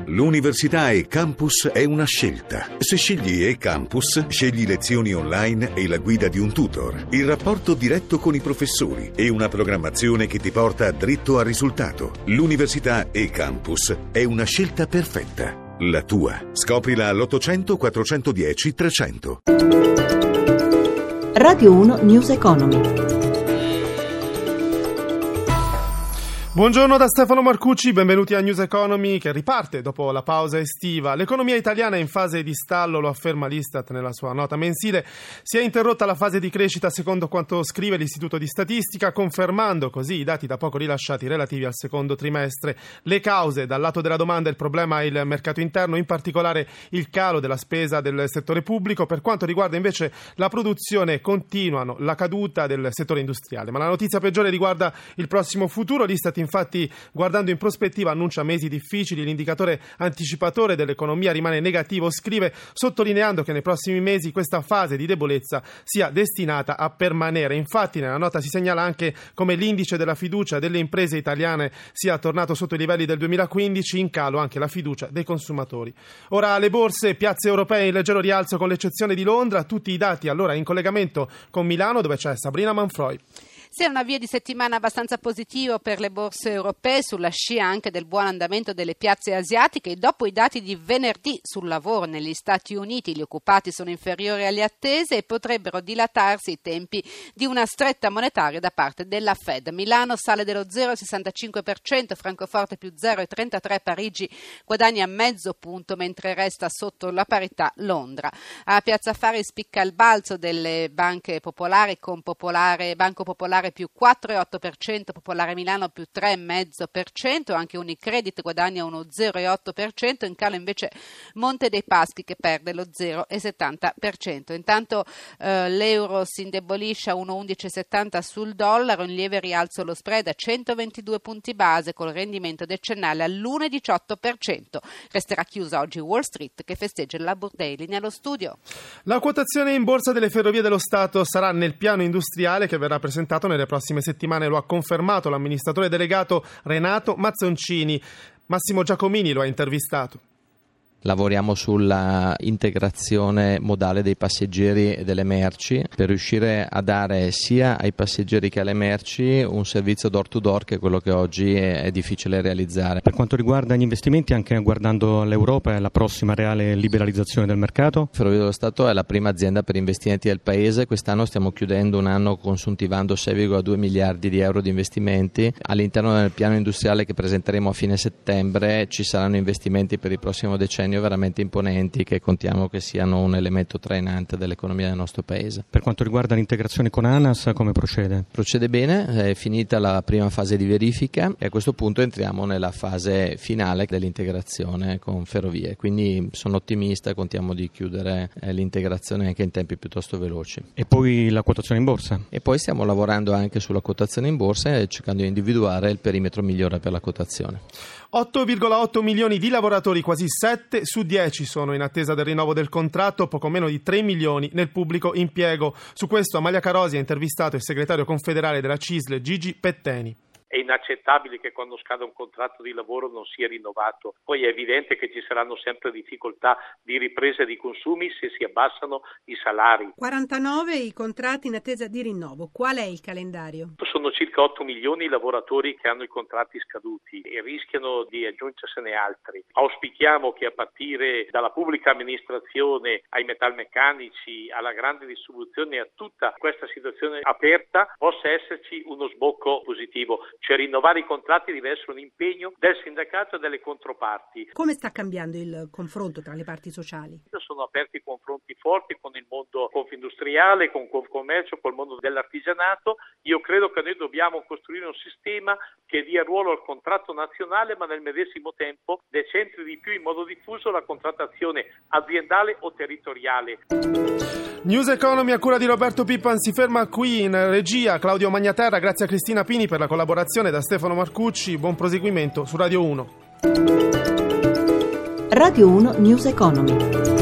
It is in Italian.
L'università e-Campus è una scelta. Se scegli e-Campus, scegli lezioni online e la guida di un tutor, il rapporto diretto con i professori e una programmazione che ti porta dritto al risultato. L'università e-Campus è una scelta perfetta. La tua. Scoprila all'800 410 300. Radio 1 News Economy. Buongiorno da Stefano Marcucci, benvenuti a News Economy che riparte dopo la pausa estiva. L'economia italiana è in fase di stallo, lo afferma l'Istat nella sua nota mensile. Si è interrotta la fase di crescita secondo quanto scrive l'Istituto di Statistica, confermando così i dati da poco rilasciati relativi al secondo trimestre. Le cause: dal lato della domanda il problema è il mercato interno, in particolare il calo della spesa del settore pubblico. Per quanto riguarda invece la produzione, continuano la caduta del settore industriale. Ma la notizia peggiore riguarda il prossimo futuro. L'Istat infatti, guardando in prospettiva, annuncia mesi difficili. L'indicatore anticipatore dell'economia rimane negativo, scrive, sottolineando che nei prossimi mesi questa fase di debolezza sia destinata a permanere. Infatti nella nota si segnala anche come l'indice della fiducia delle imprese italiane sia tornato sotto i livelli del 2015, in calo anche la fiducia dei consumatori. Ora le borse, piazze europee in leggero rialzo con l'eccezione di Londra. Tutti i dati allora in collegamento con Milano, dove c'è Sabrina Manfroi. Sì, è un avvio di settimana abbastanza positivo per le borse europee, sulla scia anche del buon andamento delle piazze asiatiche. Dopo i dati di venerdì sul lavoro negli Stati Uniti, gli occupati sono inferiori alle attese e potrebbero dilatarsi i tempi di una stretta monetaria da parte della Fed. Milano sale dello 0,65%, Francoforte più 0,33%, Parigi guadagna mezzo punto, mentre resta sotto la parità Londra. A Piazza Affari spicca il balzo delle banche popolari, con Banco Popolare più 4,8%, Popolare Milano più 3,5%, anche Unicredit guadagna uno 0,8%, in calo invece Monte dei Paschi che perde lo 0,70%. Intanto l'euro si indebolisce a 1,1170 sul dollaro, in lieve rialzo lo spread a 122 punti base col rendimento decennale all'1,18%. Resterà chiusa oggi Wall Street che festeggia il Labor Day. Nello studio. La quotazione in borsa delle Ferrovie dello Stato sarà nel piano industriale che verrà presentato nelle prossime settimane, lo ha confermato l'amministratore delegato Renato Mazzoncini. Massimo Giacomini lo ha intervistato. Lavoriamo sulla integrazione modale dei passeggeri e delle merci per riuscire a dare sia ai passeggeri che alle merci un servizio door to door, che è quello che oggi è difficile realizzare. Per quanto riguarda gli investimenti, anche guardando l'Europa e la prossima reale liberalizzazione del mercato? Ferrovie dello Stato è la prima azienda per investimenti del paese. Quest'anno stiamo chiudendo un anno consuntivando 6,2 miliardi di euro di investimenti. All'interno del piano industriale che presenteremo a fine settembre ci saranno investimenti per il prossimo decennio veramente imponenti, che contiamo che siano un elemento trainante dell'economia del nostro paese. Per quanto riguarda l'integrazione con ANAS, come procede? Procede bene, è finita la prima fase di verifica e a questo punto entriamo nella fase finale dell'integrazione con Ferrovie, quindi sono ottimista e contiamo di chiudere l'integrazione anche in tempi piuttosto veloci. E poi la quotazione in borsa? E poi stiamo lavorando anche sulla quotazione in borsa e cercando di individuare il perimetro migliore per la quotazione. 8,8 milioni di lavoratori, quasi 7 su 10 sono in attesa del rinnovo del contratto, poco meno di 3 milioni nel pubblico impiego. Su questo Amalia Carosi ha intervistato il segretario confederale della CISL Gigi Petteni. È inaccettabile che quando scade un contratto di lavoro non sia rinnovato. Poi è evidente che ci saranno sempre difficoltà di ripresa di consumi se si abbassano i salari. 49 i contratti in attesa di rinnovo. Qual è il calendario? Sono circa 8 milioni i lavoratori che hanno i contratti scaduti e rischiano di aggiungersene altri. Auspichiamo che a partire dalla pubblica amministrazione ai metalmeccanici, alla grande distribuzione e a tutta questa situazione aperta possa esserci uno sbocco positivo. Cioè rinnovare i contratti deve essere un impegno del sindacato e delle controparti. Come sta cambiando il confronto tra le parti sociali? Sono aperti confronti forti con il mondo confindustriale, con Confcommercio, col mondo dell'artigianato. Io credo che noi dobbiamo costruire un sistema che dia ruolo al contratto nazionale, ma nel medesimo tempo decentri di più in modo diffuso la contrattazione aziendale o territoriale. News Economy a cura di Roberto Pippan si ferma qui. In regia Claudio Magnaterra, grazie a Cristina Pini per la collaborazione, da Stefano Marcucci. Buon proseguimento su Radio 1. Radio 1 News Economy.